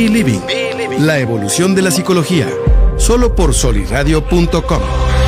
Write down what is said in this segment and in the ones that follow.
Living, la evolución de la psicología, solo por soliradio.com.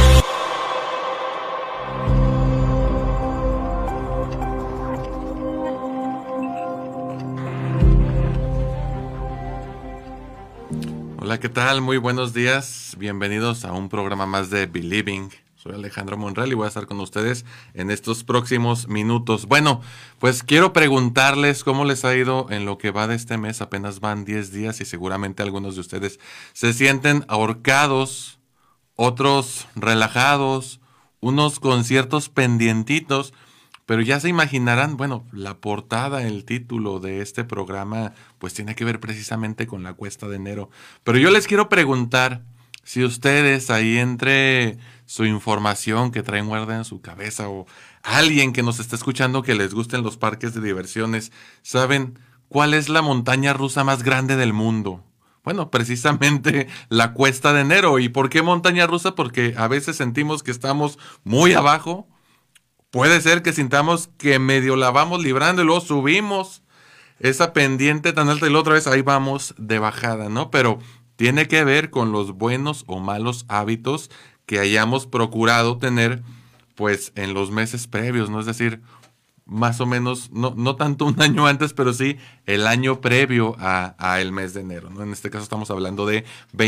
Hola, ¿qué tal? Muy buenos días. Bienvenidos a un programa más de Believing. Soy Alejandro Monreal y voy a estar con ustedes en estos próximos minutos. Bueno, pues quiero preguntarles cómo les ha ido en lo que va de este mes. Apenas van 10 días y seguramente algunos de ustedes se sienten ahorcados, otros relajados, unos con ciertos pendientitos. Pero ya se imaginarán, bueno, la portada, el título de este programa, pues tiene que ver precisamente con la cuesta de enero. Pero yo les quiero preguntar si ustedes ahí entre su información que traen guardada en su cabeza o alguien que nos está escuchando que les gusten los parques de diversiones, ¿saben cuál es la montaña rusa más grande del mundo? Bueno, precisamente la cuesta de enero. ¿Y por qué montaña rusa? Porque a veces sentimos que estamos muy abajo. Puede ser que sintamos que medio la vamos librando y luego subimos esa pendiente tan alta y la otra vez ahí vamos de bajada, ¿no? Pero tiene que ver con los buenos o malos hábitos que hayamos procurado tener, pues, en los meses previos, ¿no? Es decir, más o menos, no tanto un año antes, pero sí el año previo a el mes de enero, ¿no? En este caso estamos hablando de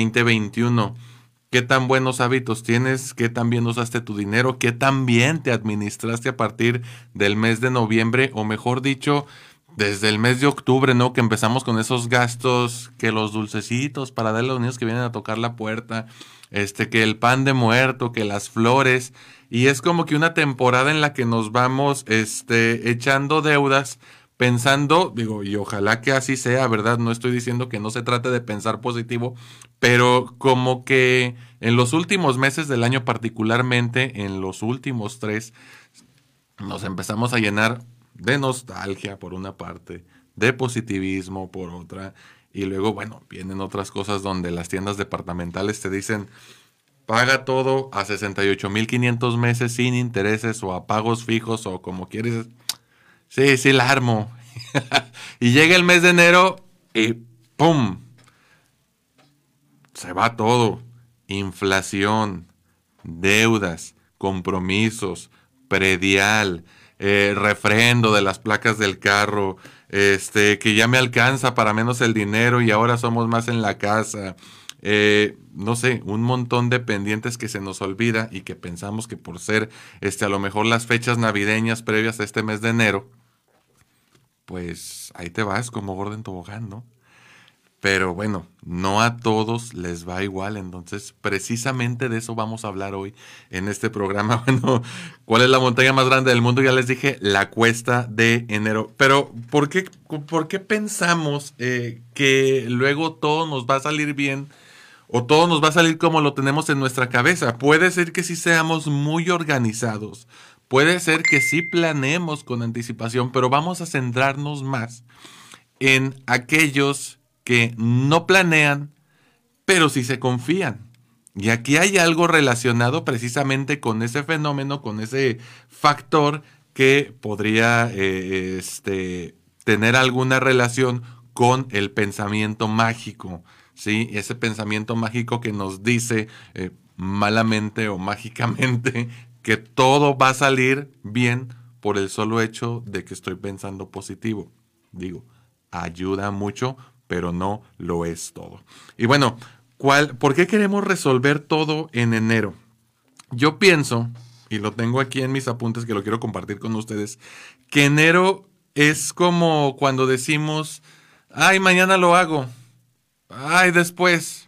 2021. ¿Qué tan buenos hábitos tienes? ¿Qué tan bien usaste tu dinero? ¿Qué tan bien te administraste a partir del mes de noviembre? O mejor dicho, desde el mes de octubre, ¿no? Que empezamos con esos gastos, que los dulcecitos para darle a los niños que vienen a tocar la puerta, que el pan de muerto, que las flores. Y es como que una temporada en la que nos vamos, echando deudas, pensando, digo, y ojalá que así sea, ¿verdad? No estoy diciendo que no se trate de pensar positivo, pero como que en los últimos meses del año, particularmente en los últimos 3, nos empezamos a llenar de nostalgia por una parte, de positivismo por otra, y luego, bueno, vienen otras cosas donde las tiendas departamentales te dicen, paga todo a 68,500 meses sin intereses o a pagos fijos o como quieres. Sí, la armo. Y llega el mes de enero y ¡pum! Se va todo. Inflación, deudas, compromisos, predial, refrendo de las placas del carro, que ya me alcanza para menos el dinero y ahora somos más en la casa. No sé, un montón de pendientes que se nos olvida y que pensamos que por ser a lo mejor las fechas navideñas previas a este mes de enero, pues ahí te vas como gordo en tobogán, ¿no? Pero bueno, no a todos les va igual, entonces precisamente de eso vamos a hablar hoy en este programa. Bueno, ¿cuál es la montaña más grande del mundo? Ya les dije, la cuesta de enero. Pero ¿por qué pensamos que luego todo nos va a salir bien o todo nos va a salir como lo tenemos en nuestra cabeza? Puede ser que sí seamos muy organizados, puede ser que sí planeemos con anticipación, pero vamos a centrarnos más en aquellos que no planean, pero sí se confían. Y aquí hay algo relacionado precisamente con ese fenómeno, con ese factor que podría tener alguna relación con el pensamiento mágico, ¿sí? Ese pensamiento mágico que nos dice malamente o mágicamente que todo va a salir bien por el solo hecho de que estoy pensando positivo. Digo, ayuda mucho, pero no lo es todo. Y bueno, ¿por qué queremos resolver todo en enero? Yo pienso, y lo tengo aquí en mis apuntes que lo quiero compartir con ustedes, que enero es como cuando decimos, ay, mañana lo hago, ay, después.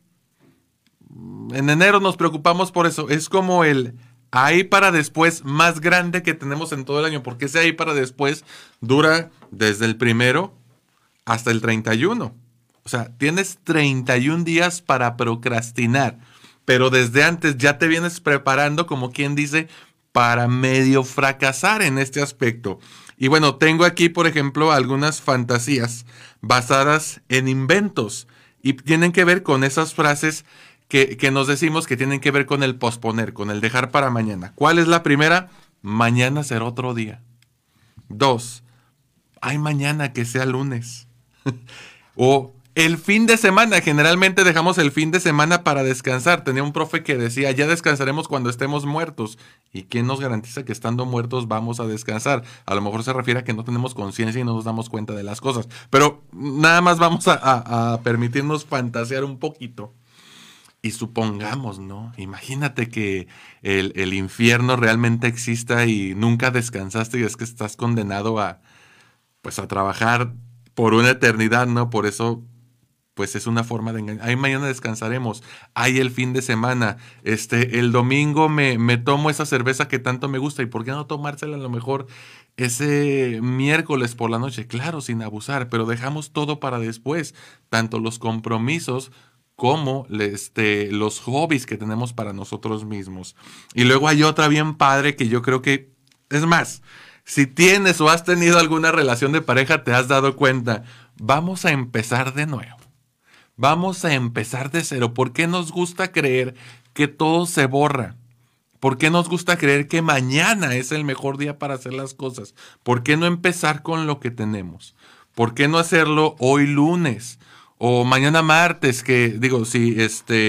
En enero nos preocupamos por eso. Es como el ahí para después más grande que tenemos en todo el año, porque ese ahí para después dura desde el 1 hasta el 31. O sea, tienes 31 días para procrastinar, pero desde antes ya te vienes preparando, como quien dice, para medio fracasar en este aspecto. Y bueno, tengo aquí, por ejemplo, algunas fantasías basadas en inventos y tienen que ver con esas frases que nos decimos que tienen que ver con el posponer, con el dejar para mañana. ¿Cuál es la primera? Mañana será otro día. 2, ay, mañana que sea lunes. O El fin de semana, generalmente dejamos el fin de semana para descansar. Tenía un profe que decía, ya descansaremos cuando estemos muertos. ¿Y quién nos garantiza que estando muertos vamos a descansar? A lo mejor se refiere a que no tenemos conciencia y no nos damos cuenta de las cosas. Pero nada más vamos a permitirnos fantasear un poquito. Y supongamos, ¿no? Imagínate que el infierno realmente exista y nunca descansaste y es que estás condenado pues a trabajar por una eternidad, ¿no? Por eso, pues es una forma de engañar. Ahí mañana descansaremos. Hay el fin de semana. El domingo me tomo esa cerveza que tanto me gusta. ¿Y por qué no tomársela a lo mejor ese miércoles por la noche? Claro, sin abusar, pero dejamos todo para después. Tanto los compromisos como los hobbies que tenemos para nosotros mismos. Y luego hay otra bien padre que yo creo que, es más, si tienes o has tenido alguna relación de pareja, te has dado cuenta, vamos a empezar de nuevo. Vamos a empezar de cero. ¿Por qué nos gusta creer que todo se borra? ¿Por qué nos gusta creer que mañana es el mejor día para hacer las cosas? ¿Por qué no empezar con lo que tenemos? ¿Por qué no hacerlo hoy lunes? O mañana martes, que digo, si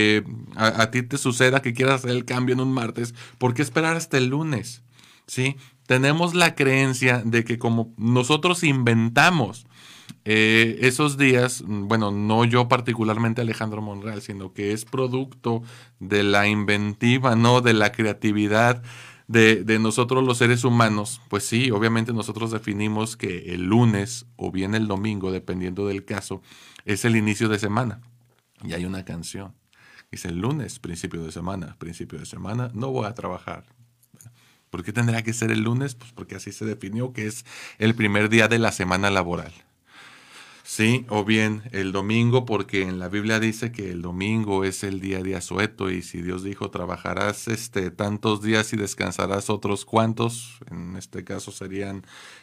a ti te suceda que quieras hacer el cambio en un martes, ¿por qué esperar hasta el lunes? ¿Sí? Tenemos la creencia de que como nosotros inventamos esos días, bueno, no yo particularmente Alejandro Monreal, sino que es producto de la inventiva, ¿no? De la creatividad de nosotros los seres humanos. Pues sí, obviamente nosotros definimos que el lunes o bien el domingo, dependiendo del caso, es el inicio de semana. Y hay una canción. Dice el lunes, principio de semana, no voy a trabajar. ¿Por qué tendrá que ser el lunes? Pues porque así se definió que es el primer día de la semana laboral. Sí, o bien el domingo, porque en la Biblia dice que el domingo es el día de asueto y si Dios dijo trabajarás tantos días y descansarás otros cuantos, en este caso serían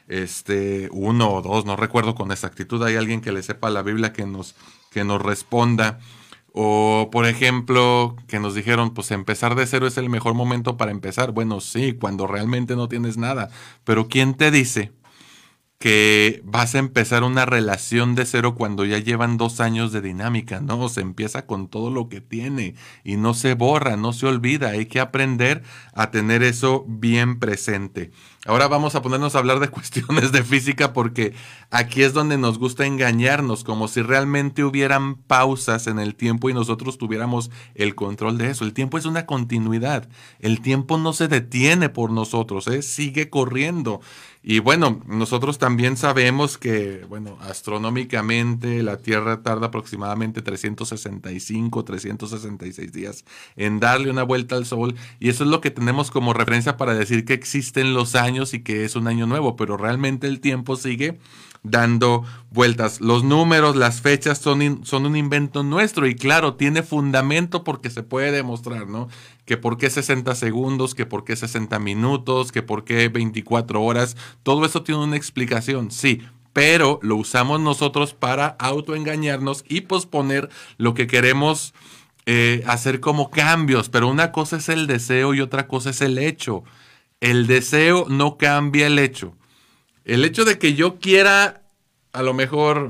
1 o 2, no recuerdo con exactitud, hay alguien que le sepa la Biblia que nos responda. O, por ejemplo, que nos dijeron, pues empezar de cero es el mejor momento para empezar. Bueno, sí, cuando realmente no tienes nada, pero ¿quién te dice que vas a empezar una relación de cero cuando ya llevan 2 años de dinámica? No, se empieza con todo lo que tiene y no se borra, no se olvida. Hay que aprender a tener eso bien presente. Ahora vamos a ponernos a hablar de cuestiones de física porque aquí es donde nos gusta engañarnos, como si realmente hubieran pausas en el tiempo y nosotros tuviéramos el control de eso. El tiempo es una continuidad. El tiempo no se detiene por nosotros, sigue corriendo. Y bueno, nosotros también sabemos que, bueno, astronómicamente la Tierra tarda aproximadamente 365, 366 días en darle una vuelta al Sol. Y eso es lo que tenemos como referencia para decir que existen los años y que es un año nuevo. Pero realmente el tiempo sigue dando vueltas. Los números, las fechas son un invento nuestro y claro, tiene fundamento porque se puede demostrar, ¿no? Que por qué 60 segundos, que por qué 60 minutos, que por qué 24 horas. Todo eso tiene una explicación, sí, pero lo usamos nosotros para autoengañarnos y posponer lo que queremos hacer como cambios. Pero una cosa es el deseo y otra cosa es el hecho. El deseo no cambia el hecho. El hecho de que yo quiera, a lo mejor,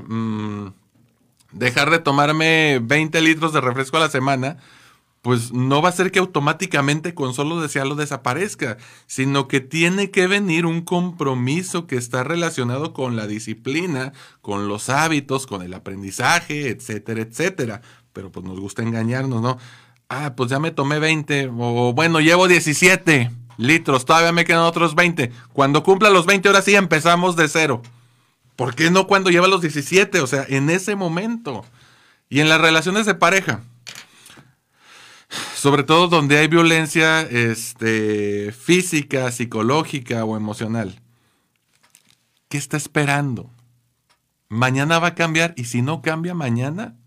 dejar de tomarme 20 litros de refresco a la semana, pues no va a ser que automáticamente con solo desearlo desaparezca, sino que tiene que venir un compromiso que está relacionado con la disciplina, con los hábitos, con el aprendizaje, etcétera, etcétera. Pero pues nos gusta engañarnos, ¿no? Pues ya me tomé 20, o bueno, llevo 17 litros, todavía me quedan otros 20. Cuando cumpla los 20, ahora sí empezamos de cero. ¿Por qué no cuando lleva los 17? O sea, en ese momento. Y en las relaciones de pareja, sobre todo donde hay violencia física, psicológica o emocional, ¿qué está esperando? Mañana va a cambiar y si no cambia mañana,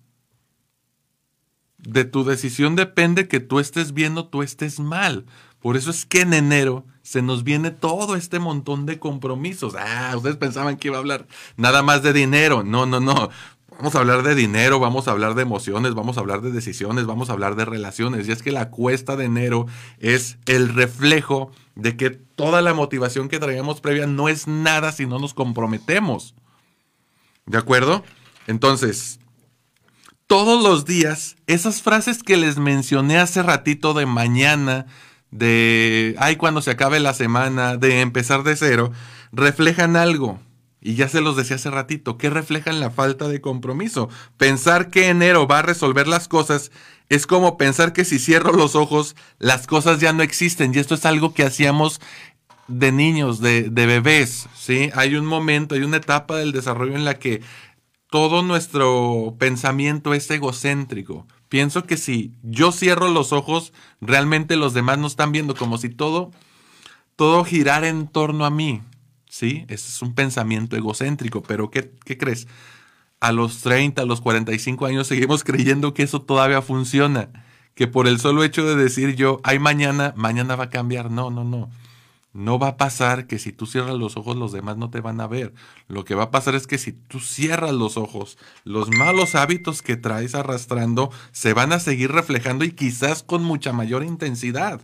de tu decisión depende que tú estés bien o tú estés mal. Por eso es que en enero se nos viene todo este montón de compromisos. Ustedes pensaban que iba a hablar nada más de dinero. No. Vamos a hablar de dinero, vamos a hablar de emociones, vamos a hablar de decisiones, vamos a hablar de relaciones. Y es que la cuesta de enero es el reflejo de que toda la motivación que traíamos previa no es nada si no nos comprometemos. ¿De acuerdo? Entonces, todos los días, esas frases que les mencioné hace ratito de mañana, de cuando se acabe la semana, de empezar de cero, reflejan algo. Y ya se los decía hace ratito, ¿qué reflejan? La falta de compromiso. Pensar que enero va a resolver las cosas es como pensar que si cierro los ojos, las cosas ya no existen. Y esto es algo que hacíamos de niños, de bebés, ¿sí? Hay un momento, hay una etapa del desarrollo en la que todo nuestro pensamiento es egocéntrico. Pienso que si yo cierro los ojos, realmente los demás no están viendo, como si todo girara en torno a mí. Sí, ese es un pensamiento egocéntrico, pero ¿qué crees? A los 30, a los 45 años seguimos creyendo que eso todavía funciona, que por el solo hecho de decir yo, mañana va a cambiar. No. No va a pasar que si tú cierras los ojos los demás no te van a ver. Lo que va a pasar es que si tú cierras los ojos, los malos hábitos que traes arrastrando se van a seguir reflejando y quizás con mucha mayor intensidad.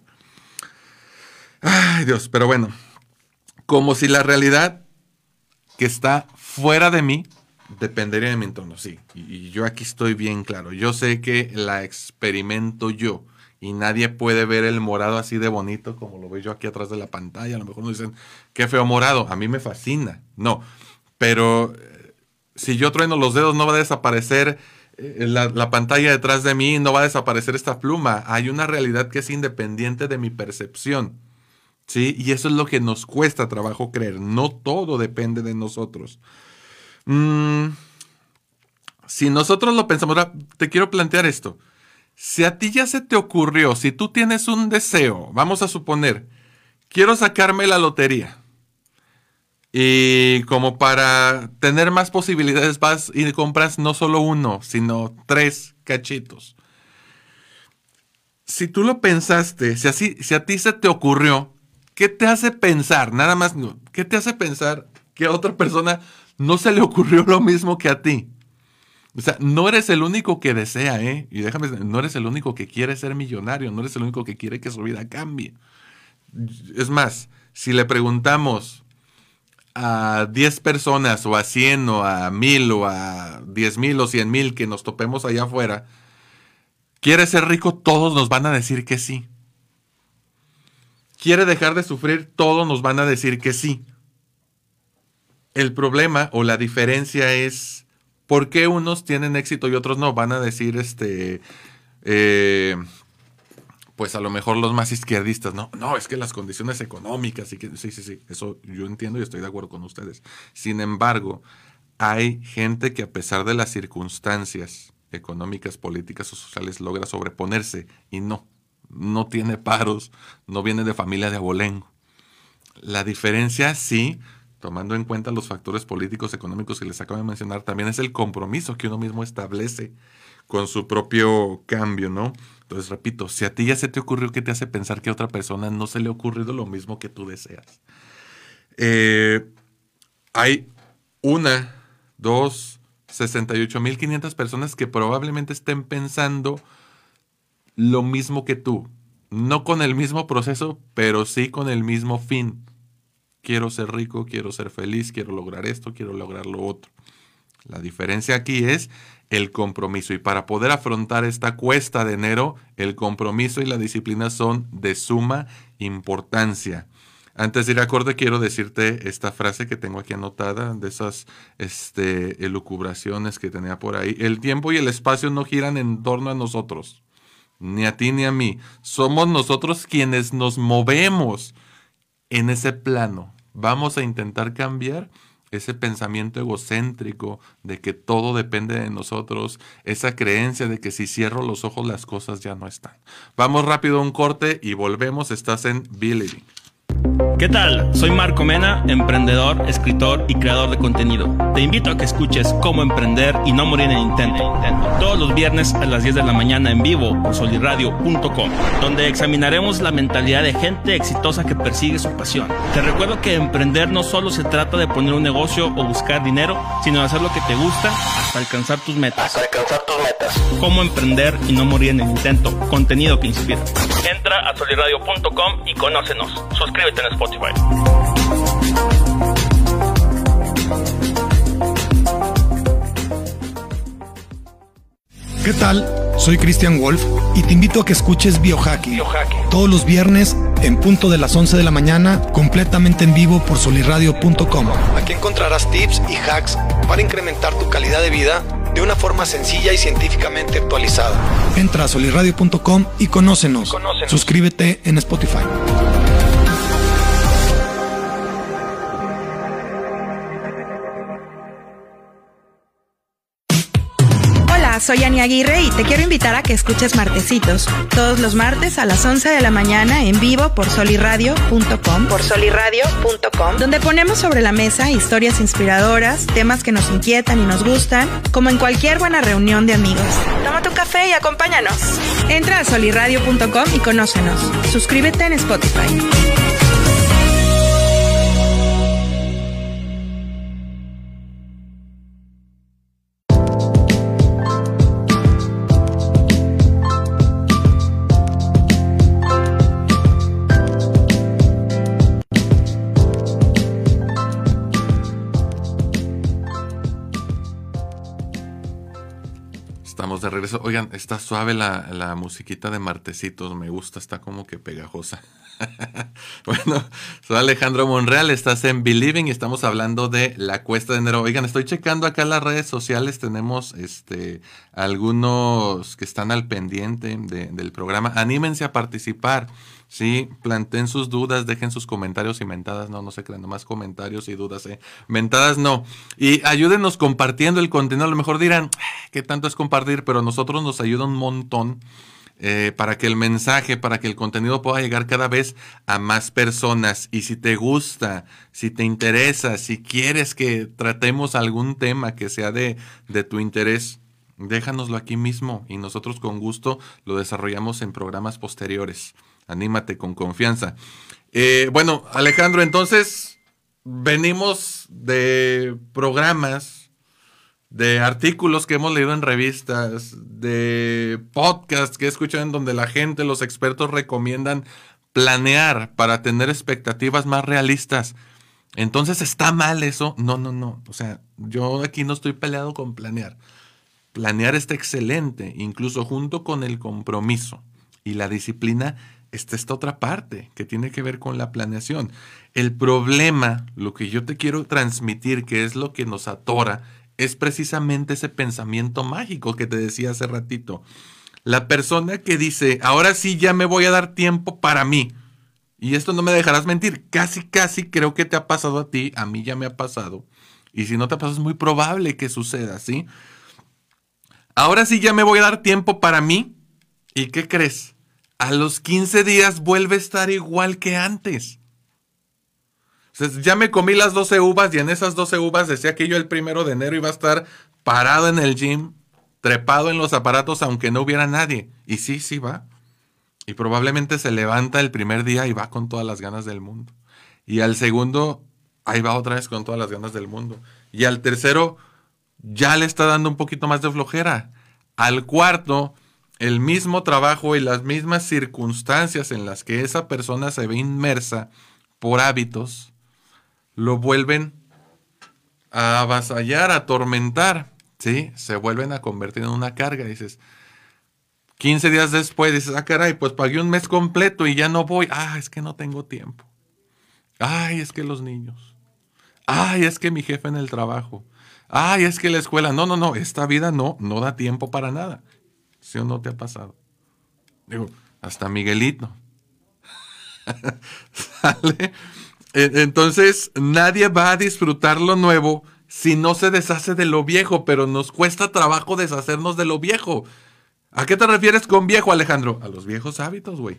Ay, Dios, pero bueno. Como si la realidad que está fuera de mí dependería de mi entorno, sí. Y yo aquí estoy bien claro. Yo sé que la experimento yo y nadie puede ver el morado así de bonito como lo veo yo aquí atrás de la pantalla. A lo mejor nos dicen, qué feo morado. A mí me fascina. No, pero si yo trueno los dedos no va a desaparecer la pantalla detrás de mí, no va a desaparecer esta pluma. Hay una realidad que es independiente de mi percepción. ¿Sí? Y eso es lo que nos cuesta trabajo creer. No todo depende de nosotros. Si nosotros lo pensamos, ahora te quiero plantear esto. Si a ti ya se te ocurrió, si tú tienes un deseo, vamos a suponer, quiero sacarme la lotería. Y como para tener más posibilidades vas y compras no solo uno, sino 3 cachitos. Si tú lo pensaste, si a ti se te ocurrió, ¿qué te hace pensar? Nada más, ¿qué te hace pensar que a otra persona no se le ocurrió lo mismo que a ti? O sea, no eres el único que desea, y déjame, no eres el único que quiere ser millonario, no eres el único que quiere que su vida cambie. Es más, si le preguntamos a 10 personas, o a 100, o a 1000, o a 10,000, o 100,000 que nos topemos allá afuera, ¿quiere ser rico? Todos nos van a decir que sí. ¿Quiere dejar de sufrir? Todos nos van a decir que sí. El problema o la diferencia es por qué unos tienen éxito y otros no. Van a decir, pues a lo mejor los más izquierdistas, no, es que las condiciones económicas, y que, sí, eso yo entiendo y estoy de acuerdo con ustedes. Sin embargo, hay gente que a pesar de las circunstancias económicas, políticas o sociales logra sobreponerse y no tiene paros, no viene de familia de abolengo. La diferencia, sí, tomando en cuenta los factores políticos, económicos que les acabo de mencionar, también es el compromiso que uno mismo establece con su propio cambio, ¿no? Entonces, repito, si a ti ya se te ocurrió, ¿qué te hace pensar que a otra persona no se le ha ocurrido lo mismo que tú deseas? Hay 68,500 personas que probablemente estén pensando lo mismo que tú. No con el mismo proceso, pero sí con el mismo fin. Quiero ser rico, quiero ser feliz, quiero lograr esto, quiero lograr lo otro. La diferencia aquí es el compromiso. Y para poder afrontar esta cuesta de enero, el compromiso y la disciplina son de suma importancia. Antes de ir a corte, quiero decirte esta frase que tengo aquí anotada, de esas elucubraciones que tenía por ahí. El tiempo y el espacio no giran en torno a nosotros, ni a ti ni a mí. Somos nosotros quienes nos movemos en ese plano. Vamos a intentar cambiar ese pensamiento egocéntrico de que todo depende de nosotros, esa creencia de que si cierro los ojos las cosas ya no están. Vamos rápido a un corte y volvemos. Estás en Believing. ¿Qué tal? Soy Marco Mena, emprendedor, escritor y creador de contenido. Te invito a que escuches Cómo Emprender y No Morir en el Intento, todos los viernes a las 10 de la mañana en vivo por solirradio.com, donde examinaremos la mentalidad de gente exitosa que persigue su pasión. Te recuerdo que emprender no solo se trata de poner un negocio o buscar dinero, sino de hacer lo que te gusta hasta alcanzar tus metas. Cómo Emprender y No Morir en el Intento, contenido que inspira. Entra a solirradio.com y conócenos. Suscríbete en Spotify. ¿Qué tal? Soy Christian Wolf y te invito a que escuches Biohacking todos los viernes en punto de las 11 de la mañana, completamente en vivo por solirradio.com. Aquí encontrarás tips y hacks para incrementar tu calidad de vida de una forma sencilla y científicamente actualizada. Entra a solirradio.com y conócenos. Suscríbete en Spotify. Soy Ani Aguirre y te quiero invitar a que escuches Martesitos todos los martes a las 11 de la mañana en vivo por solirradio.com, donde ponemos sobre la mesa historias inspiradoras, temas que nos inquietan y nos gustan, como en cualquier buena reunión de amigos. Toma tu café y acompáñanos. Entra a solirradio.com y conócenos. Suscríbete en Spotify. De regreso. Oigan, está suave la musiquita de Martesitos, me gusta, está como que pegajosa. Bueno, soy Alejandro Monreal, estás en Believing y estamos hablando de la cuesta de enero. Oigan, estoy checando acá las redes sociales, tenemos algunos que están al pendiente del programa. Anímense a participar. Sí, planteen sus dudas, dejen sus comentarios y mentadas, no se crean, nomás comentarios y dudas, mentadas no. Y ayúdenos compartiendo el contenido, a lo mejor dirán, ¿qué tanto es compartir? Pero a nosotros nos ayuda un montón para que el mensaje, para que el contenido pueda llegar cada vez a más personas. Y si te gusta, si te interesa, si quieres que tratemos algún tema que sea de tu interés, déjanoslo aquí mismo y nosotros con gusto lo desarrollamos en programas posteriores. Anímate con confianza. Bueno, Alejandro, entonces venimos de programas, de artículos que hemos leído en revistas, de podcasts que he escuchado en donde la gente, los expertos recomiendan planear para tener expectativas más realistas. Entonces, ¿está mal eso? No. O sea, yo aquí no estoy peleado con planear. Planear está excelente, incluso junto con el compromiso y la disciplina. Esta otra parte que tiene que ver con la planeación. El problema, lo que yo te quiero transmitir, que es lo que nos atora, es precisamente ese pensamiento mágico que te decía hace ratito. La persona que dice, ahora sí ya me voy a dar tiempo para mí. Y esto no me dejarás mentir. Casi creo que te ha pasado a ti. A mí ya me ha pasado. Y si no te ha pasado, es muy probable que suceda, ¿sí? Ahora sí ya me voy a dar tiempo para mí. ¿Y qué crees? A los 15 días vuelve a estar igual que antes. O sea, ya me comí las 12 uvas y en esas 12 uvas decía que yo el 1 de enero iba a estar parado en el gym, trepado en los aparatos aunque no hubiera nadie. Y sí va. Y probablemente se levanta el primer día y va con todas las ganas del mundo. Y al segundo, ahí va otra vez con todas las ganas del mundo. Y al tercero, ya le está dando un poquito más de flojera. Al cuarto, el mismo trabajo y las mismas circunstancias en las que esa persona se ve inmersa por hábitos, lo vuelven a avasallar, a atormentar, ¿sí? Se vuelven a convertir en una carga. Dices, 15 días después, dices, caray, pues pagué un mes completo y ya no voy. Es que no tengo tiempo. Es que los niños. Es que mi jefe en el trabajo. Es que la escuela. No, esta vida no da tiempo para nada. ¿Sí o no te ha pasado? Digo, hasta Miguelito. ¿Sale? Entonces, nadie va a disfrutar lo nuevo si no se deshace de lo viejo, pero nos cuesta trabajo deshacernos de lo viejo. ¿A qué te refieres con viejo, Alejandro? A los viejos hábitos, güey.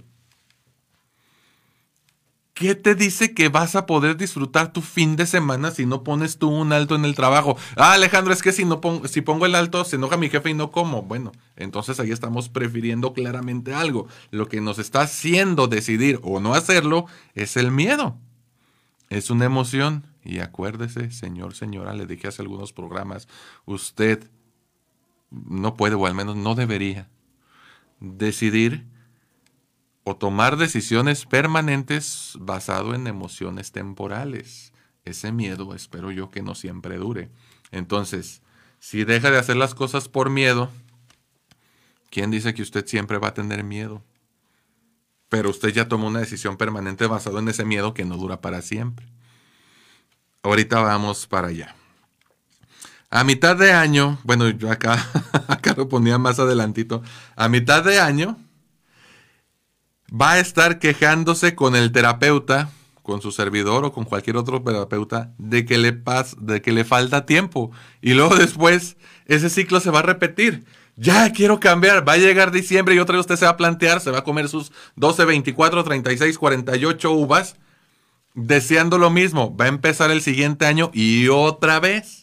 ¿Qué te dice que vas a poder disfrutar tu fin de semana si no pones tú un alto en el trabajo? Alejandro, es que si pongo el alto se enoja mi jefe y no como. Bueno, entonces ahí estamos prefiriendo claramente algo. Lo que nos está haciendo decidir o no hacerlo es el miedo. Es una emoción. Y acuérdese, señor, señora, le dije hace algunos programas, usted no puede, o al menos no debería, decidir o tomar decisiones permanentes basado en emociones temporales. Ese miedo espero yo que no siempre dure. Entonces, si deja de hacer las cosas por miedo, ¿Quién dice que usted siempre va a tener miedo? Pero usted ya tomó una decisión permanente basada en ese miedo que no dura para siempre. Ahorita vamos para allá. A mitad de año, bueno, yo acá lo ponía más adelantito. A mitad de año va a estar quejándose con el terapeuta, con su servidor o con cualquier otro terapeuta, de que le falta tiempo. Y luego después ese ciclo se va a repetir. Ya quiero cambiar, va a llegar diciembre y otra vez usted se va a plantear, se va a comer sus 12, 24, 36, 48 uvas, deseando lo mismo. Va a empezar el siguiente año y otra vez.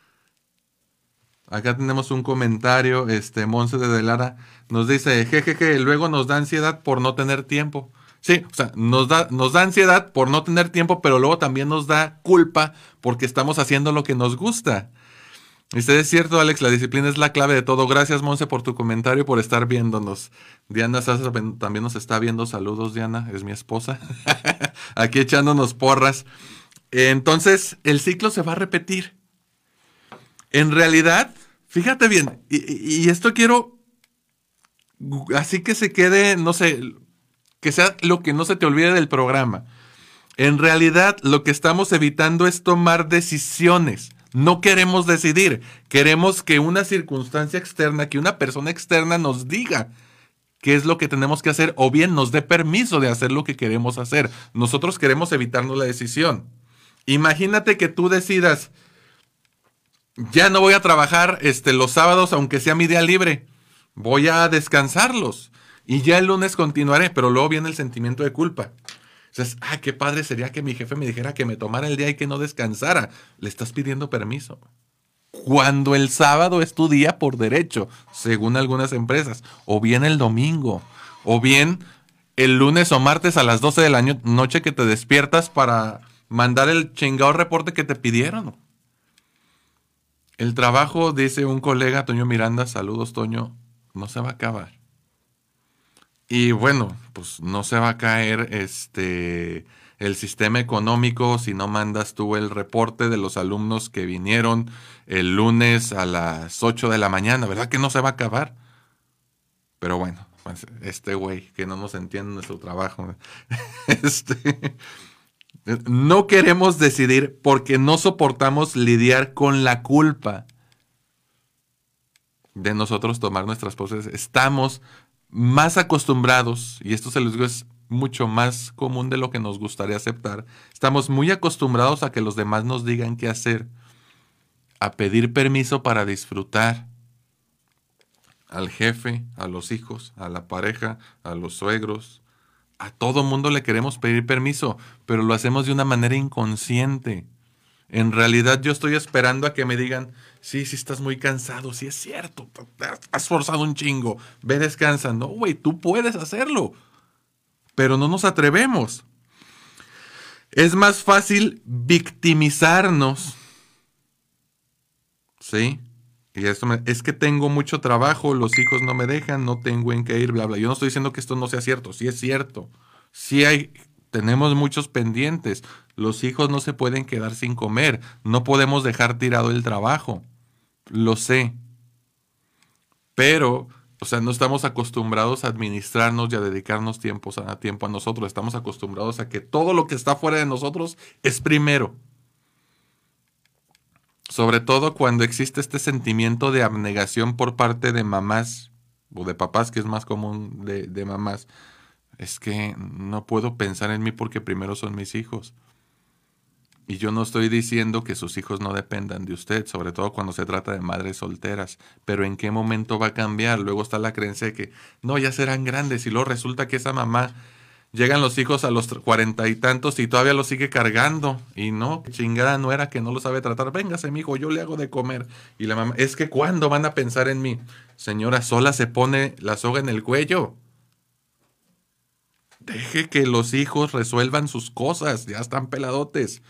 Acá tenemos un comentario, Monse de Lara nos dice, jejeje, luego nos da ansiedad por no tener tiempo. Sí, o sea, nos da ansiedad por no tener tiempo, pero luego también nos da culpa porque estamos haciendo lo que nos gusta. Es cierto, Alex, la disciplina es la clave de todo. Gracias, Monse, por tu comentario y por estar viéndonos. Diana Sasa también nos está viendo. Saludos, Diana, es mi esposa. Aquí echándonos porras. Entonces, el ciclo se va a repetir. En realidad, fíjate bien, y esto quiero, así que se quede, no sé, que sea lo que no se te olvide del programa. En realidad, lo que estamos evitando es tomar decisiones. No queremos decidir, queremos que una circunstancia externa, que una persona externa nos diga qué es lo que tenemos que hacer o bien nos dé permiso de hacer lo que queremos hacer. Nosotros queremos evitarnos la decisión. Imagínate que tú decidas, ya no voy a trabajar los sábados aunque sea mi día libre, voy a descansarlos y ya el lunes continuaré, pero luego viene el sentimiento de culpa. Entonces, qué padre sería que mi jefe me dijera que me tomara el día y que no descansara. Le estás pidiendo permiso. Cuando el sábado es tu día por derecho, según algunas empresas. O bien el domingo. O bien el lunes o martes a las 12 de la noche que te despiertas para mandar el chingado reporte que te pidieron. El trabajo, dice un colega, Toño Miranda, saludos Toño, no se va a acabar. Y bueno, pues no se va a caer el sistema económico si no mandas tú el reporte de los alumnos que vinieron el lunes a las 8 de la mañana, ¿verdad que no se va a acabar? Pero bueno, pues güey que no nos entiende nuestro trabajo. No queremos decidir porque no soportamos lidiar con la culpa de nosotros tomar nuestras poses. Estamos más acostumbrados, y esto se los digo es mucho más común de lo que nos gustaría aceptar, estamos muy acostumbrados a que los demás nos digan qué hacer, a pedir permiso para disfrutar. Al jefe, a los hijos, a la pareja, a los suegros, a todo mundo le queremos pedir permiso, pero lo hacemos de una manera inconsciente. En realidad yo estoy esperando a que me digan, sí estás muy cansado, sí es cierto, te has forzado un chingo, ve descansa. No, güey, tú puedes hacerlo, pero no nos atrevemos. Es más fácil victimizarnos, ¿sí? Y esto es que tengo mucho trabajo, los hijos no me dejan, no tengo en qué ir, bla, bla. Yo no estoy diciendo que esto no sea cierto, sí es cierto, sí tenemos muchos pendientes. Los hijos no se pueden quedar sin comer. No podemos dejar tirado el trabajo. Lo sé. Pero, no estamos acostumbrados a administrarnos y a dedicarnos tiempo a nosotros. Estamos acostumbrados a que todo lo que está fuera de nosotros es primero. Sobre todo cuando existe este sentimiento de abnegación por parte de mamás o de papás, que es más común de mamás. Es que no puedo pensar en mí porque primero son mis hijos. Y yo no estoy diciendo que sus hijos no dependan de usted, sobre todo cuando se trata de madres solteras. Pero ¿en qué momento va a cambiar? Luego está la creencia de que, no, ya serán grandes. Y luego resulta que esa mamá, llegan los hijos a los 40 y tantos y todavía los sigue cargando. Y no, chingada nuera que no lo sabe tratar. Véngase, mijo, yo le hago de comer. Y la mamá, es que ¿cuándo van a pensar en mí? Señora, sola se pone la soga en el cuello. Deje que los hijos resuelvan sus cosas, ya están peladotes.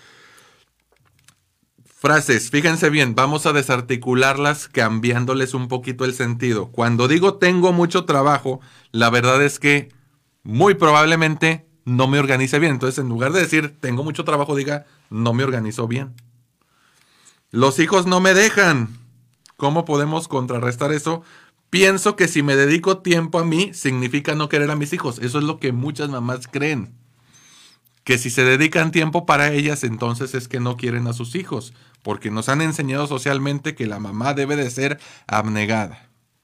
Frases, fíjense bien, vamos a desarticularlas cambiándoles un poquito el sentido. Cuando digo tengo mucho trabajo, la verdad es que muy probablemente no me organice bien. Entonces, en lugar de decir tengo mucho trabajo, diga no me organizo bien. Los hijos no me dejan. ¿Cómo podemos contrarrestar eso? Pienso que si me dedico tiempo a mí, significa no querer a mis hijos. Eso es lo que muchas mamás creen. Que si se dedican tiempo para ellas, entonces es que no quieren a sus hijos. Porque nos han enseñado socialmente que la mamá debe de ser abnegada.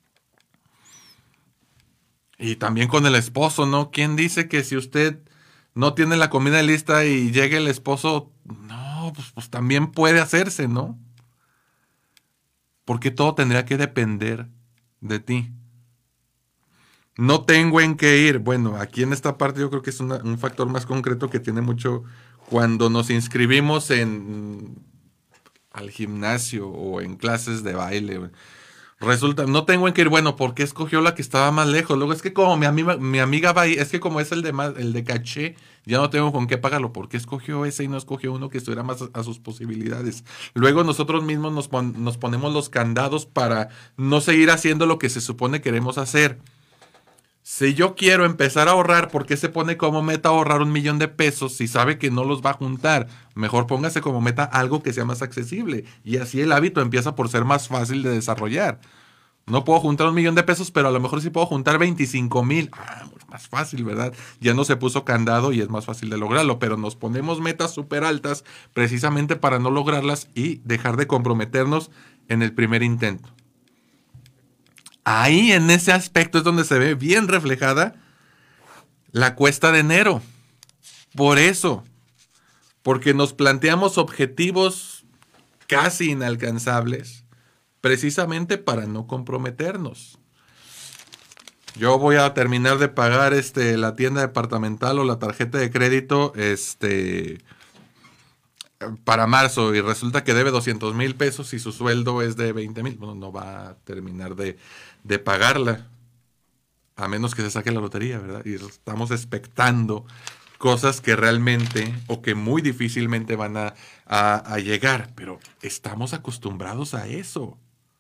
Y también con el esposo, ¿no? ¿Quién dice que si usted no tiene la comida lista y llega el esposo, no, pues también puede hacerse, ¿no? Porque todo tendría que depender de ti. No tengo en qué ir. Bueno, aquí en esta parte yo creo que es un factor más concreto que tiene mucho cuando nos inscribimos al gimnasio o en clases de baile. Resulta, no tengo en qué ir. Bueno, ¿por qué escogió la que estaba más lejos? Luego es que como mi amiga va ahí, es que como es el de caché, ya no tengo con qué pagarlo. ¿Por qué escogió ese y no escogió uno que estuviera más a sus posibilidades? Luego nosotros mismos nos ponemos los candados para no seguir haciendo lo que se supone queremos hacer. Si yo quiero empezar a ahorrar, ¿por qué se pone como meta ahorrar $1,000,000 si sabe que no los va a juntar? Mejor póngase como meta algo que sea más accesible. Y así el hábito empieza por ser más fácil de desarrollar. No puedo juntar $1,000,000, pero a lo mejor sí puedo juntar 25,000. Pues más fácil, ¿verdad? Ya no se puso candado y es más fácil de lograrlo. Pero nos ponemos metas súper altas precisamente para no lograrlas y dejar de comprometernos en el primer intento. Ahí en ese aspecto es donde se ve bien reflejada la cuesta de enero. Por eso, porque nos planteamos objetivos casi inalcanzables, precisamente para no comprometernos. Yo voy a terminar de pagar la tienda departamental o la tarjeta de crédito para marzo y resulta que debe $200,000 y su sueldo es de $20,000. Bueno, no va a terminar de pagarla, a menos que se saque la lotería, ¿verdad? Y estamos expectando cosas que realmente o que muy difícilmente van a llegar, pero estamos acostumbrados a eso.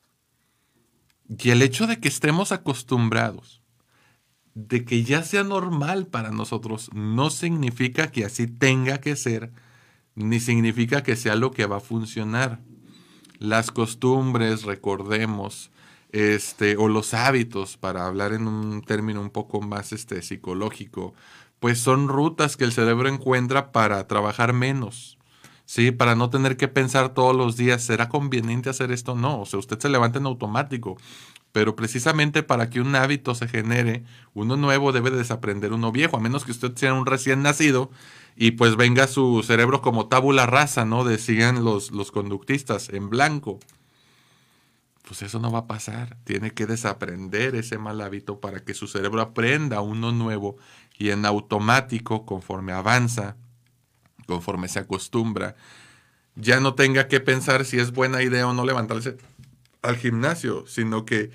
Y el hecho de que estemos acostumbrados, de que ya sea normal para nosotros, no significa que así tenga que ser, ni significa que sea lo que va a funcionar. Las costumbres, recordemos, o los hábitos, para hablar en un término un poco más psicológico, pues son rutas que el cerebro encuentra para trabajar menos, ¿sí? Para no tener que pensar todos los días, ¿será conveniente hacer esto? No, o sea, usted se levanta en automático, pero precisamente para que un hábito se genere, uno nuevo debe desaprender uno viejo, a menos que usted sea un recién nacido y pues venga su cerebro como tabula rasa, ¿no? Decían los conductistas, en blanco. Pues eso no va a pasar. Tiene que desaprender ese mal hábito para que su cerebro aprenda uno nuevo y en automático, conforme avanza, conforme se acostumbra, ya no tenga que pensar si es buena idea o no levantarse al gimnasio, sino que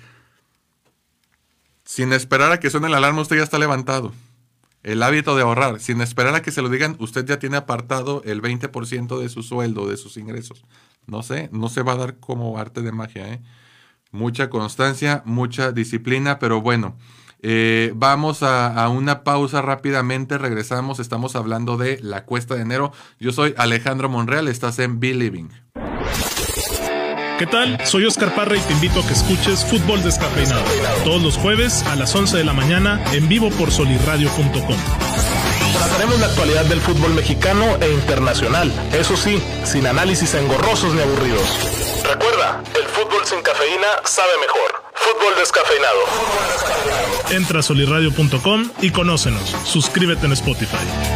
sin esperar a que suene la alarma usted ya está levantado. El hábito de ahorrar, sin esperar a que se lo digan, usted ya tiene apartado el 20% de su sueldo, de sus ingresos. No sé, no se va a dar como arte de magia, ¿eh? Mucha constancia, mucha disciplina, pero bueno, vamos a una pausa rápidamente, regresamos, estamos hablando de la cuesta de enero. Yo soy Alejandro Monreal, estás en Believing. ¿Qué tal? Soy Oscar Parra y te invito a que escuches Fútbol Descafeinado todos los jueves a las 11 de la mañana en vivo por solirradio.com. Trataremos la actualidad del fútbol mexicano e internacional, eso sí, sin análisis engorrosos ni aburridos. Recuerda, el fútbol sin cafeína sabe mejor. Fútbol descafeinado. Entra a solirradio.com y conócenos. Suscríbete en Spotify.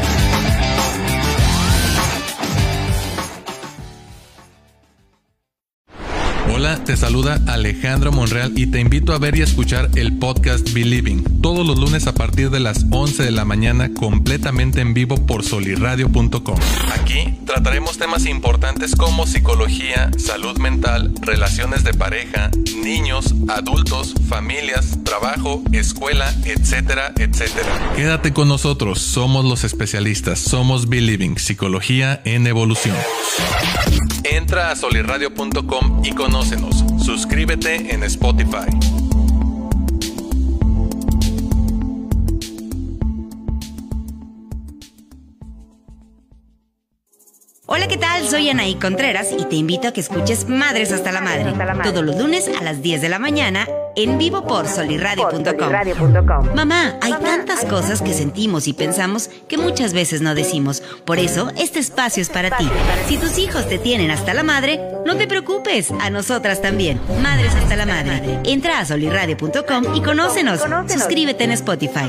Hola, te saluda Alejandro Monreal y te invito a ver y escuchar el podcast Believing todos los lunes a partir de las 11 de la mañana completamente en vivo por solirradio.com. Aquí trataremos temas importantes como psicología, salud mental, relaciones de pareja, niños, adultos, familias, trabajo, escuela, etcétera, etcétera. Quédate con nosotros, somos los especialistas, somos Believing, psicología en evolución. Entra a solirradio.com y conócenos. Suscríbete en Spotify. Hola, ¿qué tal? Soy Anaí Contreras y te invito a que escuches Madres hasta la Madre. Todos los lunes a las 10 de la mañana en vivo por solirradio.com. Mamá, hay tantas cosas que sentimos y pensamos que muchas veces no decimos. Por eso, este espacio es para ti. Si tus hijos te tienen hasta la madre, no te preocupes, a nosotras también. Madres hasta la Madre. Entra a solirradio.com y conócenos. Suscríbete en Spotify.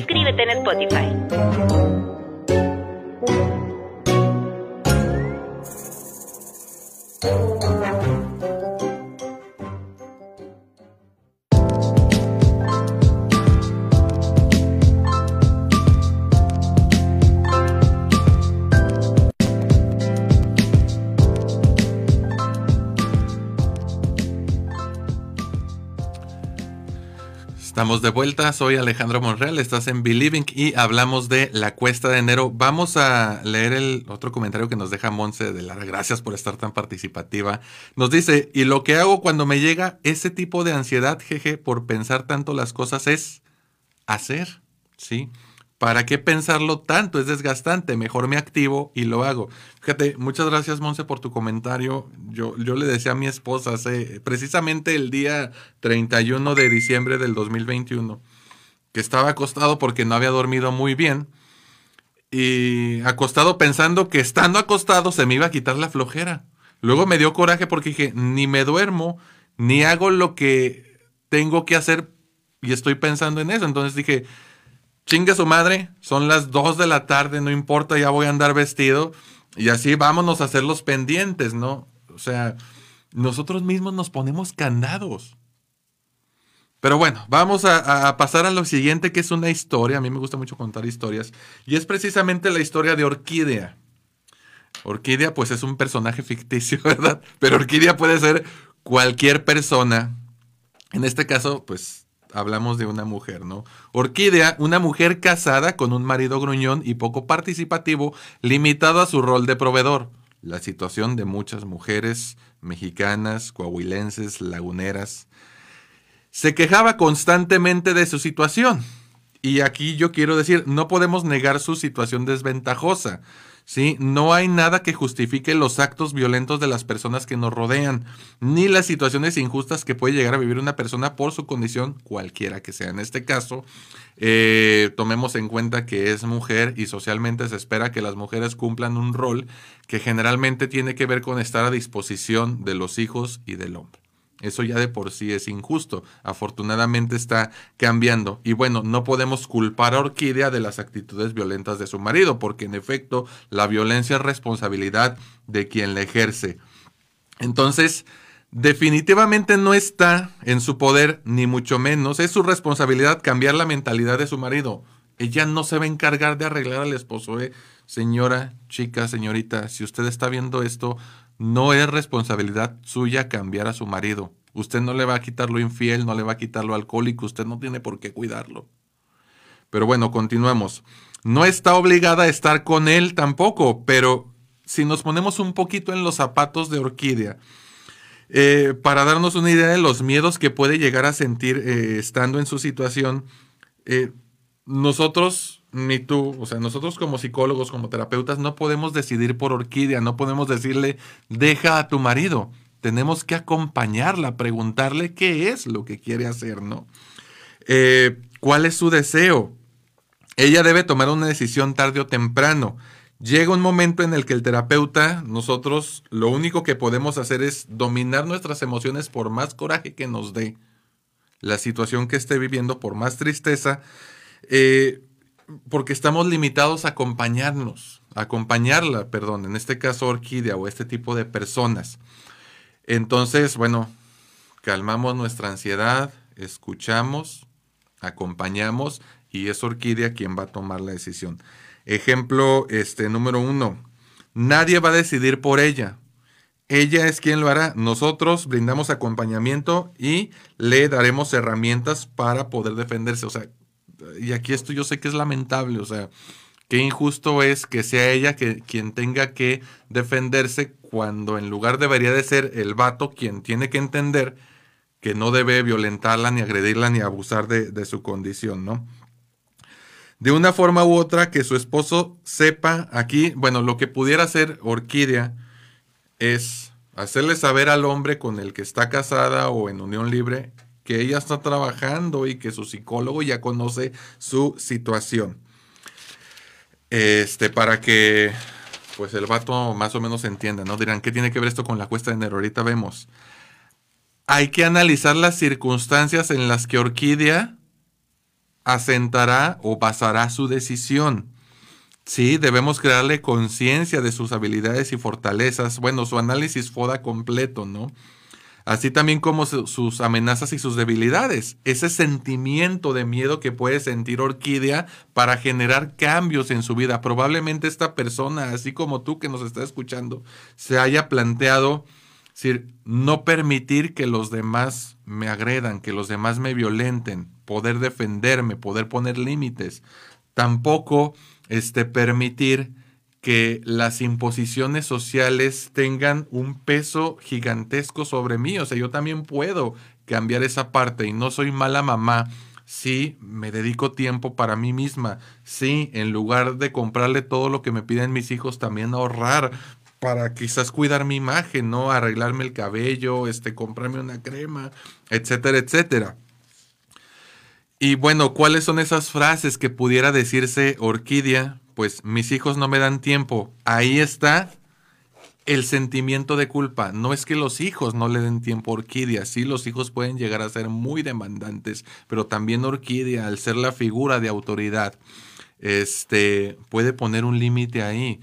Estamos de vuelta, soy Alejandro Monreal, estás en Believing y hablamos de la cuesta de enero. Vamos a leer el otro comentario que nos deja Monse de Lara. Gracias por estar tan participativa. Nos dice, y lo que hago cuando me llega ese tipo de ansiedad, jeje, por pensar tanto las cosas es hacer, ¿sí? ¿Para qué pensarlo tanto? Es desgastante, mejor me activo y lo hago. Fíjate, muchas gracias, Monse, por tu comentario. Yo le decía a mi esposa precisamente el día 31 de diciembre del 2021 que estaba acostado porque no había dormido muy bien y acostado pensando que estando acostado se me iba a quitar la flojera. Luego me dio coraje porque dije, ni me duermo, ni hago lo que tengo que hacer y estoy pensando en eso. Entonces dije, chingue su madre, son las 2 de la tarde, no importa, ya voy a andar vestido y así vámonos a hacer los pendientes, ¿no? O sea, nosotros mismos nos ponemos candados. Pero bueno, vamos a pasar a lo siguiente, que es una historia. A mí me gusta mucho contar historias y es precisamente la historia de Orquídea. Orquídea pues es un personaje ficticio, ¿verdad? Pero Orquídea puede ser cualquier persona. En este caso, pues hablamos de una mujer, ¿no? Orquídea, una mujer casada con un marido gruñón y poco participativo, limitado a su rol de proveedor. La situación de muchas mujeres mexicanas, coahuilenses, laguneras. Se quejaba constantemente de su situación. Y aquí yo quiero decir, no podemos negar su situación desventajosa, ¿sí? No hay nada que justifique los actos violentos de las personas que nos rodean, ni las situaciones injustas que puede llegar a vivir una persona por su condición, cualquiera que sea. En este caso, tomemos en cuenta que es mujer y socialmente se espera que las mujeres cumplan un rol que generalmente tiene que ver con estar a disposición de los hijos y del hombre. Eso ya de por sí es injusto. Afortunadamente está cambiando. Y bueno, no podemos culpar a Orquídea de las actitudes violentas de su marido, porque en efecto la violencia es responsabilidad de quien la ejerce. Entonces, definitivamente no está en su poder, ni mucho menos. Es su responsabilidad cambiar la mentalidad de su marido. Ella no se va a encargar de arreglar al esposo. Señora, chica, señorita, si usted está viendo esto, no es responsabilidad suya cambiar a su marido. Usted no le va a quitar lo infiel, no le va a quitar lo alcohólico, usted no tiene por qué cuidarlo. Pero bueno, continuamos. No está obligada a estar con él tampoco, pero si nos ponemos un poquito en los zapatos de Orquídea, para darnos una idea de los miedos que puede llegar a sentir estando en su situación, nosotros, ni tú, o sea, nosotros como psicólogos, como terapeutas, no podemos decidir por Orquídea, no podemos decirle, deja a tu marido. Tenemos que acompañarla, preguntarle qué es lo que quiere hacer, ¿no? ¿Cuál es su deseo? Ella debe tomar una decisión tarde o temprano. Llega un momento en el que el terapeuta, nosotros, lo único que podemos hacer es dominar nuestras emociones por más coraje que nos dé la situación que esté viviendo, por más tristeza, porque estamos limitados a acompañarla, en este caso Orquídea o este tipo de personas. Entonces, bueno, calmamos nuestra ansiedad, escuchamos, acompañamos y es Orquídea quien va a tomar la decisión. Ejemplo, número 1, nadie va a decidir por ella. Ella es quien lo hará. Nosotros brindamos acompañamiento y le daremos herramientas para poder defenderse. O sea, y aquí esto yo sé que es lamentable, o sea, qué injusto es que sea ella quien tenga que defenderse cuando en lugar debería de ser el vato quien tiene que entender que no debe violentarla, ni agredirla, ni abusar de su condición, ¿no? De una forma u otra que su esposo sepa aquí, bueno, lo que pudiera hacer Orquídea es hacerle saber al hombre con el que está casada o en unión libre que ella está trabajando y que su psicólogo ya conoce su situación. Para que pues el vato más o menos entienda, ¿no? Dirán, ¿qué tiene que ver esto con la cuesta de enero? Ahorita vemos. Hay que analizar las circunstancias en las que Orquídea asentará o basará su decisión. Sí, debemos crearle conciencia de sus habilidades y fortalezas. Bueno, su análisis FODA completo, ¿no? Así también como sus amenazas y sus debilidades. Ese sentimiento de miedo que puede sentir Orquídea para generar cambios en su vida. Probablemente esta persona, así como tú que nos está escuchando, se haya planteado, es decir, no permitir que los demás me agredan, que los demás me violenten, poder defenderme, poder poner límites. Tampoco permitir que las imposiciones sociales tengan un peso gigantesco sobre mí. O sea, yo también puedo cambiar esa parte y no soy mala mamá. Sí, me dedico tiempo para mí misma. Sí, en lugar de comprarle todo lo que me piden mis hijos, también ahorrar para quizás cuidar mi imagen, ¿no? Arreglarme el cabello, comprarme una crema, etcétera, etcétera. Y bueno, ¿cuáles son esas frases que pudiera decirse Orquídea? Pues mis hijos no me dan tiempo. Ahí está el sentimiento de culpa. No es que los hijos no le den tiempo a Orquídea. Sí, los hijos pueden llegar a ser muy demandantes, pero también Orquídea, al ser la figura de autoridad, puede poner un límite ahí.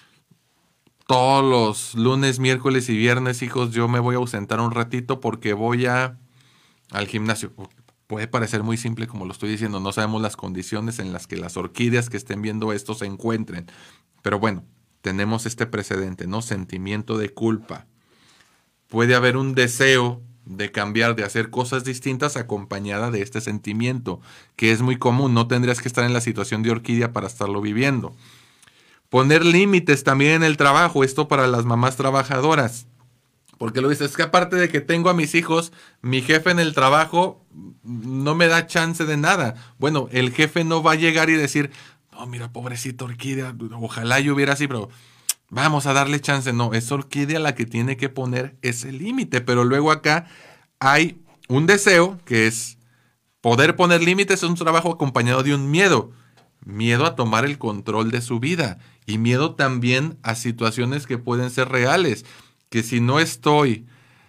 Todos los lunes, miércoles y viernes, hijos, yo me voy a ausentar un ratito porque voy al gimnasio. Puede parecer muy simple como lo estoy diciendo, no sabemos las condiciones en las que las orquídeas que estén viendo esto se encuentren. Pero bueno, tenemos este precedente, ¿no? Sentimiento de culpa. Puede haber un deseo de cambiar, de hacer cosas distintas acompañada de este sentimiento, que es muy común, no tendrías que estar en la situación de Orquídea para estarlo viviendo. Poner límites también en el trabajo, esto para las mamás trabajadoras. Porque lo dices, es que aparte de que tengo a mis hijos, mi jefe en el trabajo no me da chance de nada. Bueno, el jefe no va a llegar y decir, no, mira, pobrecita Orquídea, ojalá yo hubiera así, pero vamos a darle chance. No, es Orquídea la que tiene que poner ese límite. Pero luego acá hay un deseo que es poder poner límites, es un trabajo acompañado de un miedo. Miedo a tomar el control de su vida y miedo también a situaciones que pueden ser reales. Que si no estoy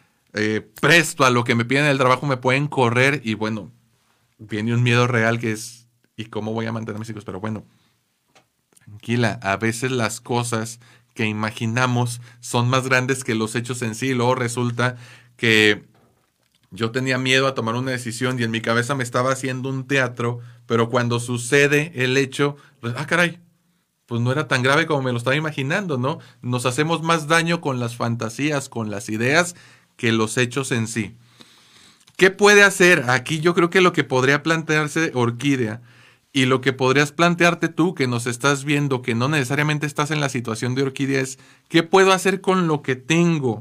presto a lo que me piden en el trabajo, me pueden correr y bueno, viene un miedo real que es, ¿y cómo voy a mantener a mis hijos? Pero bueno, tranquila, a veces las cosas que imaginamos son más grandes que los hechos en sí. Luego resulta que yo tenía miedo a tomar una decisión y en mi cabeza me estaba haciendo un teatro, pero cuando sucede el hecho, caray, pues no era tan grave como me lo estaba imaginando, ¿no? Nos hacemos más daño con las fantasías, con las ideas, que los hechos en sí. ¿Qué puede hacer? Aquí yo creo que lo que podría plantearse Orquídea y lo que podrías plantearte tú que nos estás viendo, que no necesariamente estás en la situación de Orquídea, es ¿qué puedo hacer con lo que tengo?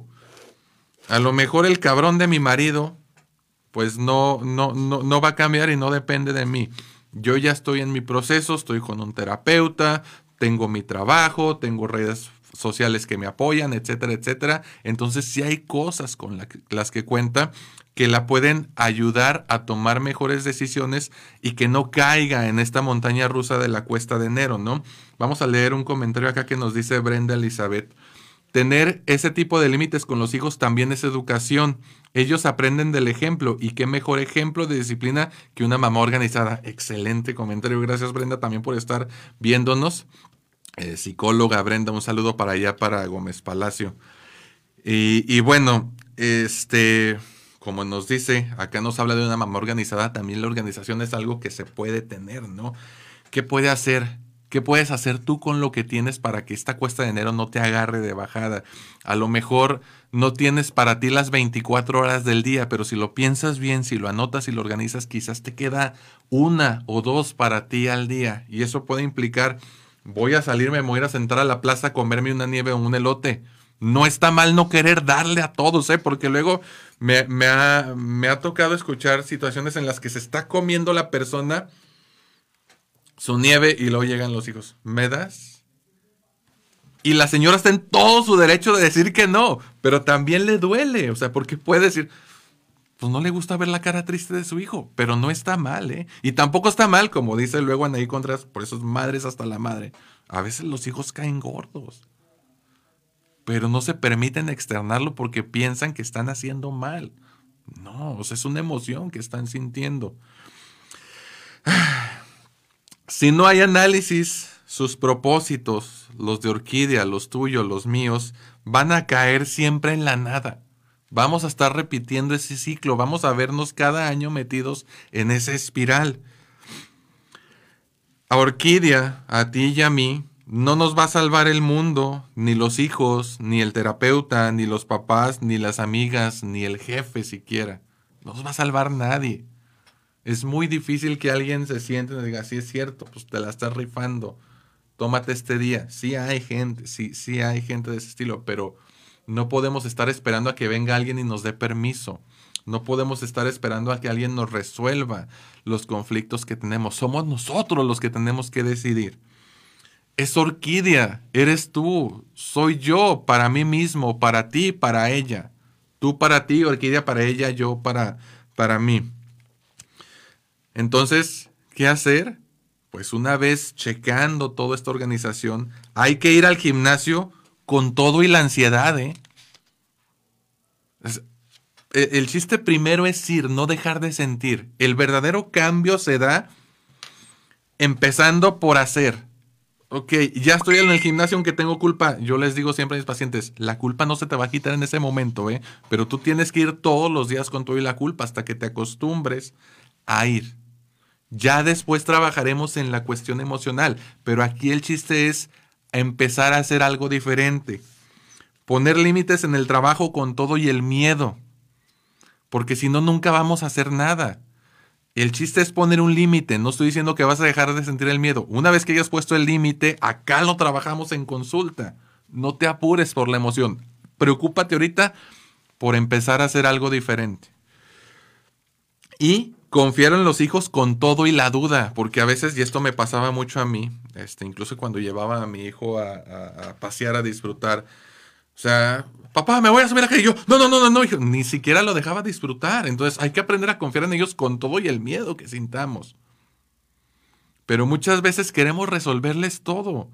A lo mejor el cabrón de mi marido, pues no va a cambiar y no depende de mí. Yo ya estoy en mi proceso, estoy con un terapeuta, tengo mi trabajo, tengo redes sociales que me apoyan, etcétera, etcétera. Entonces sí hay cosas con las que cuenta que la pueden ayudar a tomar mejores decisiones y que no caiga en esta montaña rusa de la cuesta de enero, ¿no? Vamos a leer un comentario acá que nos dice Brenda Elizabeth. Tener ese tipo de límites con los hijos también es educación. Ellos aprenden del ejemplo y qué mejor ejemplo de disciplina que una mamá organizada. Excelente comentario. Gracias, Brenda, también por estar viéndonos. Psicóloga Brenda, un saludo para allá, para Gómez Palacio. Y bueno, como nos dice, acá nos habla de una mamá organizada, también la organización es algo que se puede tener, ¿no? ¿Qué puede hacer? ¿Qué puedes hacer tú con lo que tienes para que esta cuesta de enero no te agarre de bajada? A lo mejor no tienes para ti las 24 horas del día, pero si lo piensas bien, si lo anotas y lo organizas, quizás te queda 1 o 2 para ti al día. Y eso puede implicar, voy a salirme, me voy a ir a sentar a la plaza a comerme una nieve o un elote. No está mal no querer darle a todos, porque luego me ha tocado escuchar situaciones en las que se está comiendo la persona su nieve y luego llegan los hijos. ¿Me das? Y la señora está en todo su derecho de decir que no, pero también le duele, o sea, porque puede decir, pues no le gusta ver la cara triste de su hijo, pero no está mal, ¿eh? Y tampoco está mal, como dice luego Anaí Contreras, por eso es madres hasta la madre. A veces los hijos caen gordos, pero no se permiten externarlo porque piensan que están haciendo mal. No, o sea, es una emoción que están sintiendo. Si no hay análisis, sus propósitos, los de Orquídea, los tuyos, los míos, van a caer siempre en la nada. Vamos a estar repitiendo ese ciclo, vamos a vernos cada año metidos en esa espiral. A Orquídea, a ti y a mí, no nos va a salvar el mundo, ni los hijos, ni el terapeuta, ni los papás, ni las amigas, ni el jefe siquiera. No nos va a salvar nadie. Es muy difícil que alguien se siente y diga, sí es cierto, pues te la estás rifando, tómate este día. Sí hay gente, sí hay gente de ese estilo, pero no podemos estar esperando a que venga alguien y nos dé permiso. No podemos estar esperando a que alguien nos resuelva los conflictos que tenemos. Somos nosotros los que tenemos que decidir. Es Orquídea, eres tú, soy yo, para mí mismo, para ti, para ella. Tú para ti, Orquídea para ella, yo para mí. Entonces, ¿qué hacer? Pues una vez checando toda esta organización, hay que ir al gimnasio con todo y la ansiedad, ¿eh? El chiste primero es ir, no dejar de sentir. El verdadero cambio se da empezando por hacer. Ok, ya estoy en el gimnasio aunque tengo culpa. Yo les digo siempre a mis pacientes, la culpa no se te va a quitar en ese momento, ¿eh? Pero tú tienes que ir todos los días con todo y la culpa hasta que te acostumbres a ir. Ya después trabajaremos en la cuestión emocional, pero aquí el chiste es empezar a hacer algo diferente. Poner límites en el trabajo con todo y el miedo, porque si no, nunca vamos a hacer nada. El chiste es poner un límite, no estoy diciendo que vas a dejar de sentir el miedo. Una vez que hayas puesto el límite, acá lo trabajamos en consulta. No te apures por la emoción. Preocúpate ahorita por empezar a hacer algo diferente. Y confiar en los hijos con todo y la duda, porque a veces, y esto me pasaba mucho a mí, incluso cuando llevaba a mi hijo a pasear, a disfrutar, o sea, papá, me voy a subir acá, y yo, no, hijo, ni siquiera lo dejaba disfrutar. Entonces hay que aprender a confiar en ellos con todo y el miedo que sintamos. Pero muchas veces queremos resolverles todo.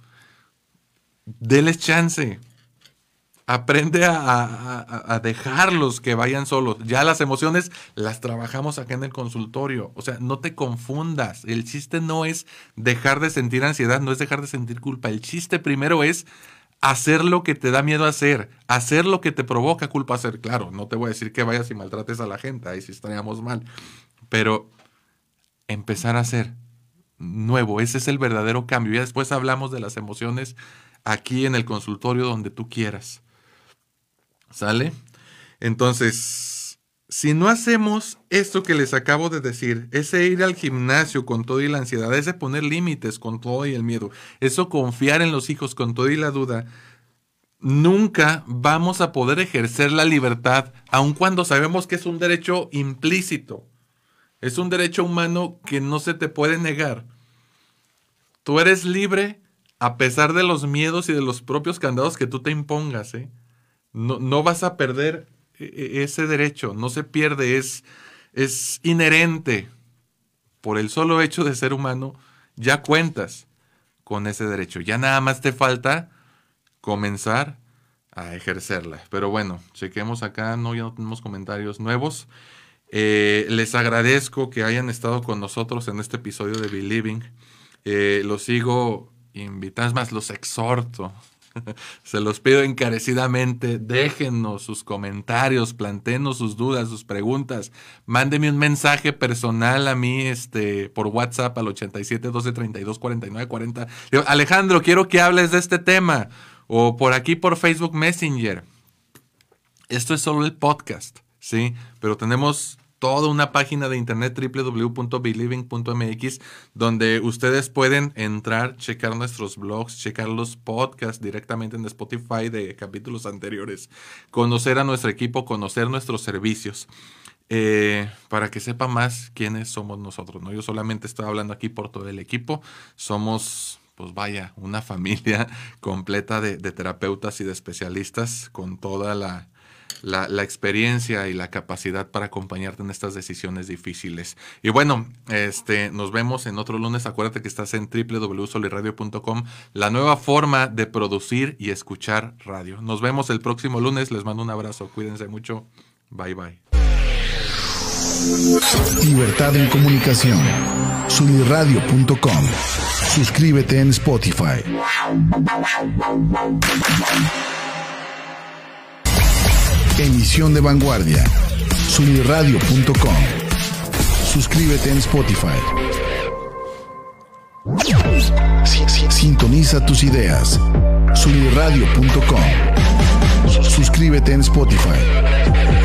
Deles chance. Aprende a dejarlos que vayan solos. Ya las emociones las trabajamos acá en el consultorio. O sea, no te confundas. El chiste no es dejar de sentir ansiedad, no es dejar de sentir culpa. El chiste primero es hacer lo que te da miedo hacer lo que te provoca culpa hacer. Claro, no te voy a decir que vayas y maltrates a la gente, ahí sí estaríamos mal. Pero empezar a hacer nuevo, ese es el verdadero cambio. Ya después hablamos de las emociones aquí en el consultorio donde tú quieras. ¿Sale? Entonces, si no hacemos esto que les acabo de decir, ese ir al gimnasio con todo y la ansiedad, ese poner límites con todo y el miedo, eso confiar en los hijos con todo y la duda, nunca vamos a poder ejercer la libertad, aun cuando sabemos que es un derecho implícito. Es un derecho humano que no se te puede negar. Tú eres libre a pesar de los miedos y de los propios candados que tú te impongas, ¿eh? No vas a perder ese derecho, no se pierde, es inherente. Por el solo hecho de ser humano, ya cuentas con ese derecho. Ya nada más te falta comenzar a ejercerla. Pero bueno, chequemos acá, ya no tenemos comentarios nuevos. Les agradezco que hayan estado con nosotros en este episodio de Believing. Los sigo invitando, es más, los exhorto. Se los pido encarecidamente, déjennos sus comentarios, plantéennos sus dudas, sus preguntas, mándenme un mensaje personal a mí por WhatsApp al 87 12 32 49 40. Digo, Alejandro, quiero que hables de este tema, o por aquí por Facebook Messenger. Esto es solo el podcast, ¿sí? Pero tenemos toda una página de internet www.believing.mx donde ustedes pueden entrar, checar nuestros blogs, checar los podcasts directamente en Spotify de capítulos anteriores, conocer a nuestro equipo, conocer nuestros servicios, para que sepa más quiénes somos nosotros, ¿no? Yo solamente estoy hablando aquí por todo el equipo, somos pues vaya, una familia completa de terapeutas y de especialistas con toda la experiencia y la capacidad para acompañarte en estas decisiones difíciles. Y bueno, nos vemos en otro lunes. Acuérdate que estás en www.solirradio.com, la nueva forma de producir y escuchar radio. Nos vemos el próximo lunes. Les mando un abrazo. Cuídense mucho. Bye, bye. Libertad en comunicación. Solirradio.com. Suscríbete en Spotify. Emisión de vanguardia. Solirradio.com. Suscríbete en Spotify. Sintoniza tus ideas. Solirradio.com. Suscríbete en Spotify.